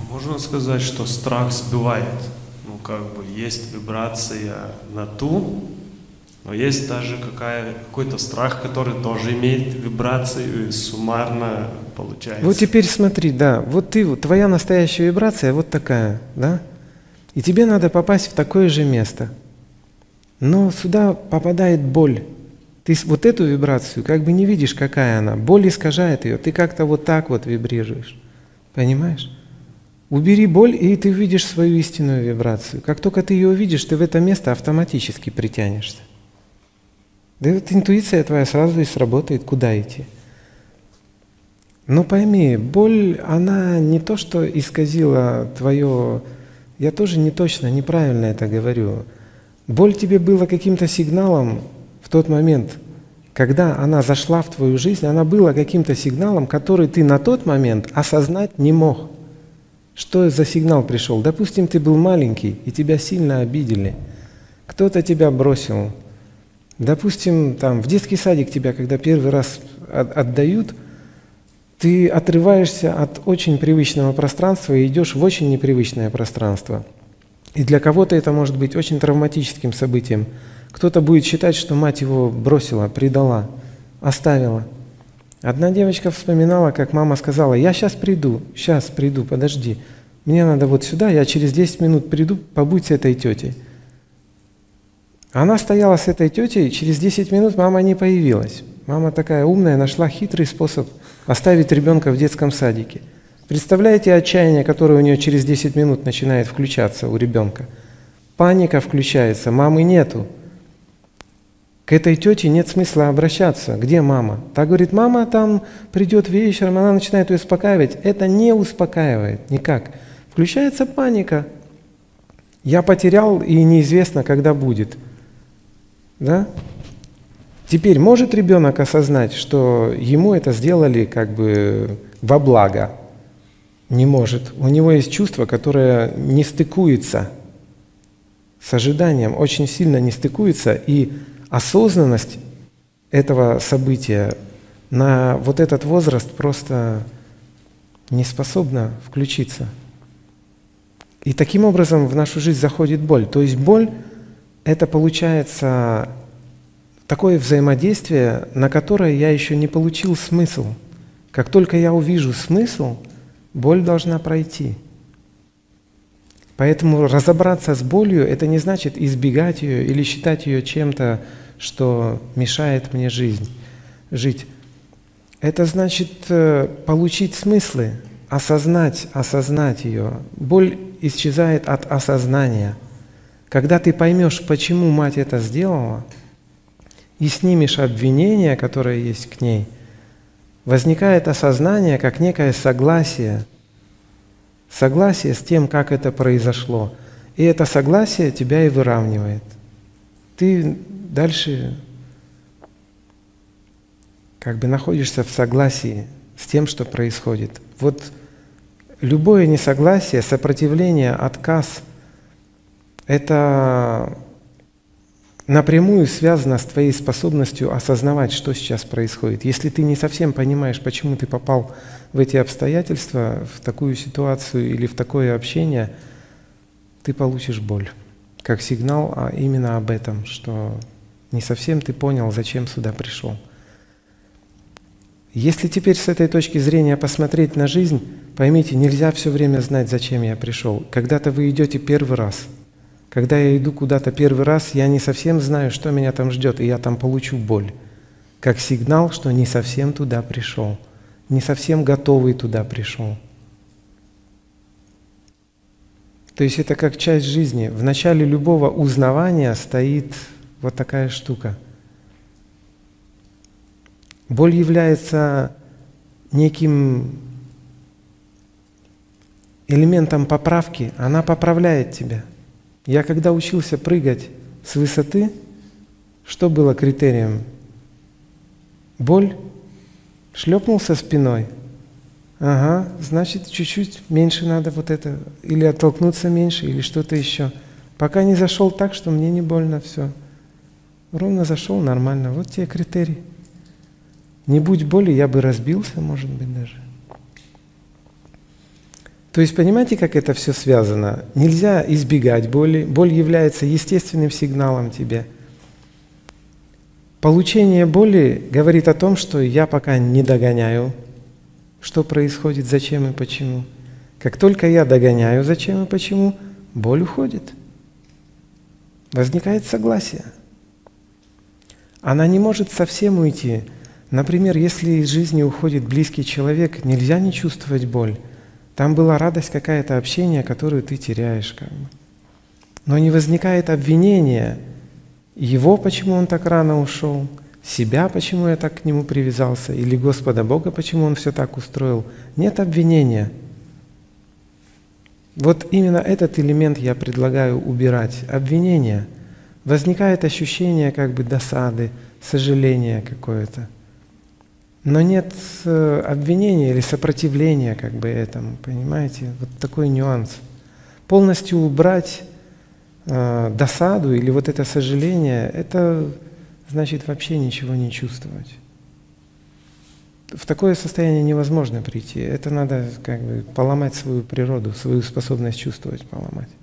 Можно сказать, что страх сбивает. Ну, как бы есть вибрация на ту, но есть даже какой-то страх, который тоже имеет вибрацию и суммарно получается. Вот теперь смотри, да, вот твоя настоящая вибрация вот такая, да? И тебе надо попасть в такое же место. Но сюда попадает боль. Ты вот эту вибрацию как бы не видишь, какая она. Боль искажает ее. Ты как-то вот так вот вибрируешь. Понимаешь? Убери боль, и ты увидишь свою истинную вибрацию. Как только ты ее увидишь, ты в это место автоматически притянешься. Да вот интуиция твоя сразу и сработает, куда идти. Но пойми, боль, она не то, что исказила твое... Я тоже не точно, неправильно это говорю. Боль тебе была каким-то сигналом в тот момент, когда она зашла в твою жизнь, она была каким-то сигналом, который ты на тот момент осознать не мог. Что за сигнал пришел? Допустим, ты был маленький, и тебя сильно обидели. Кто-то тебя бросил. Допустим, там в детский садик тебя, когда первый раз отдают, ты отрываешься от очень привычного пространства и идешь в очень непривычное пространство. И для кого-то это может быть очень травматическим событием. Кто-то будет считать, что мать его бросила, предала, оставила. Одна девочка вспоминала, как мама сказала: «Я сейчас приду, подожди. Мне надо вот сюда, я через 10 минут приду, побудь с этой тетей». Она стояла с этой тетей, через 10 минут мама не появилась. Мама такая умная, нашла хитрый способ оставить ребенка в детском садике. Представляете отчаяние, которое у нее через 10 минут начинает включаться у ребенка? Паника включается, мамы нету. К этой тете нет смысла обращаться. Где мама? Та говорит: мама там придет вечером, она начинает ее успокаивать. Это не успокаивает никак. Включается паника. Я потерял, и неизвестно, когда будет. Да? Теперь может ребенок осознать, что ему это сделали как бы во благо? Не может. У него есть чувство, которое не стыкуется с ожиданием, очень сильно не стыкуется, и осознанность этого события на вот этот возраст просто не способна включиться. И таким образом в нашу жизнь заходит боль. То есть боль — это получается такое взаимодействие, на которое я еще не получил смысл. Как только я увижу смысл, боль должна пройти. Поэтому разобраться с болью — это не значит избегать ее или считать ее чем-то, что мешает мне жить. Это значит получить смыслы, осознать ее. Боль исчезает от осознания. Когда ты поймешь, почему мать это сделала, и снимешь обвинение, которое есть к ней, возникает осознание как некое согласие с тем, как это произошло. И это согласие тебя и выравнивает. Ты дальше как бы находишься в согласии с тем, что происходит. Вот любое несогласие, сопротивление, отказ — это напрямую связано с твоей способностью осознавать, что сейчас происходит. Если ты не совсем понимаешь, почему ты попал в эти обстоятельства, в такую ситуацию или в такое общение, ты получишь боль. Как сигнал именно об этом, что не совсем ты понял, зачем сюда пришел. Если теперь с этой точки зрения посмотреть на жизнь, поймите, нельзя все время знать, зачем я пришел. Когда-то вы идете первый раз. Когда я иду куда-то первый раз, я не совсем знаю, что меня там ждет, и я там получу боль. Как сигнал, что не совсем туда пришел, не совсем готовый туда пришел. То есть это как часть жизни. В начале любого узнавания стоит вот такая штука. Боль является неким элементом поправки, она поправляет тебя. Я когда учился прыгать с высоты, что было критерием? Боль? Шлепнулся спиной? Ага, значит, чуть-чуть меньше надо вот это, или оттолкнуться меньше, или что-то еще. Пока не зашел так, что мне не больно, все. Ровно зашел, нормально. Вот тебе критерий. Не будь боли, я бы разбился, может быть, даже. То есть понимаете, как это все связано? Нельзя избегать боли. Боль является естественным сигналом тебе. Получение боли говорит о том, что я пока не догоняю, что происходит, зачем и почему. Как только я догоняю, зачем и почему, боль уходит. Возникает согласие. Она не может совсем уйти. Например, если из жизни уходит близкий человек, нельзя не чувствовать боль. Там была радость, какая-то общение, которую ты теряешь. Но не возникает обвинения. Его, почему он так рано ушел, себя, почему я так к нему привязался, или Господа Бога, почему он все так устроил. Нет обвинения. Вот именно этот элемент я предлагаю убирать. Обвинение. Возникает ощущение как бы досады, сожаления какое-то. Но нет обвинения или сопротивления как бы этому, понимаете? Вот такой нюанс. Полностью убрать досаду или вот это сожаление, это значит вообще ничего не чувствовать. В такое состояние невозможно прийти. Это надо как бы поломать свою природу, свою способность чувствовать поломать.